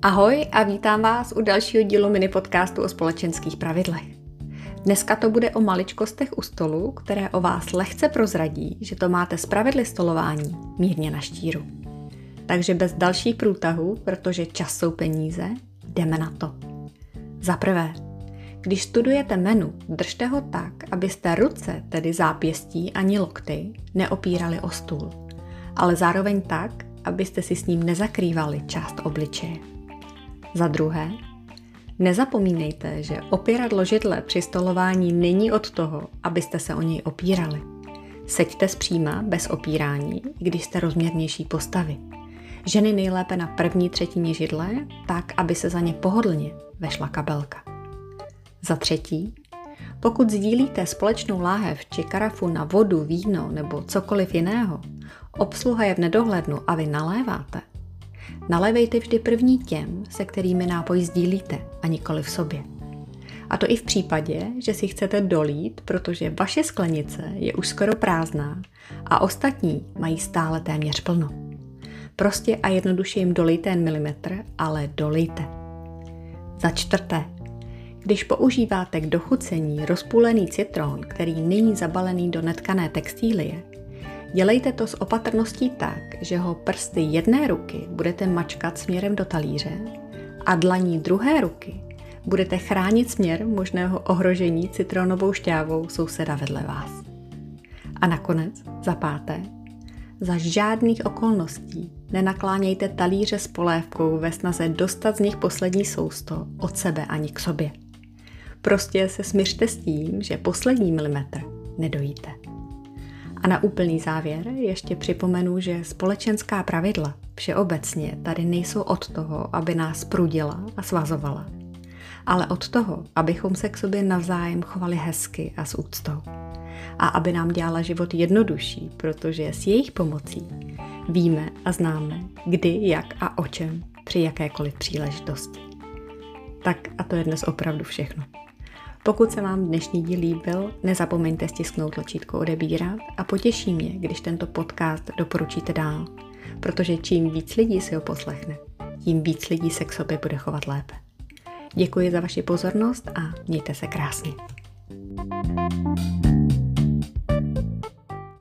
Ahoj a vítám vás u dalšího dílu mini podcastu o společenských pravidlech. Dneska to bude o maličkostech u stolu, které o vás lehce prozradí, že to máte s pravidly stolování mírně na štíru. Takže bez dalších průtahů, protože čas jsou peníze, jdeme na to. Za prvé, když studujete menu, držte ho tak, abyste ruce, tedy zápěstí ani lokty, neopírali o stůl, ale zároveň tak, abyste si s ním nezakrývali část obličeje. Za druhé, nezapomínejte, že opíradlo židle při stolování není od toho, abyste se o něj opírali. Seďte zpříma bez opírání, když jste rozměrnější postavy. Ženy nejlépe na první třetině židle, tak, aby se za ně pohodlně vešla kabelka. Za třetí, pokud sdílíte společnou láhev či karafu na vodu, víno nebo cokoliv jiného, obsluha je v nedohlednu a vy naléváte, nalévejte vždy první těm, se kterými nápoj sdílíte a nikoli v sobě. A to i v případě, že si chcete dolít, protože vaše sklenice je už skoro prázdná a ostatní mají stále téměř plno. Prostě a jednoduše jim dolejte jen milimetr, ale dolejte. Za čtvrté, když používáte k dochucení rozpůlený citron, který není zabalený do netkané textílie, dělejte to s opatrností tak, že ho prsty jedné ruky budete mačkat směrem do talíře a dlaní druhé ruky budete chránit směr možného ohrožení citronovou šťávou souseda vedle vás. A nakonec, za páté, za žádných okolností nenaklánějte talíře s polévkou ve snaze dostat z nich poslední sousto od sebe ani k sobě. Prostě se smiřte s tím, že poslední milimetr nedojíte. A na úplný závěr ještě připomenu, že společenská pravidla všeobecně tady nejsou od toho, aby nás prudila a svazovala, ale od toho, abychom se k sobě navzájem chovali hezky a s úctou. A aby nám dělala život jednodušší, protože s jejich pomocí víme a známe, kdy, jak a o čem při jakékoliv příležitosti. Tak a to je dnes opravdu všechno. Pokud se vám dnešní díl líbil, nezapomeňte stisknout tlačítko odebírat a potěší mě, když tento podcast doporučíte dál, protože čím víc lidí si ho poslechne, tím víc lidí se k sobě bude chovat lépe. Děkuji za vaši pozornost a mějte se krásně.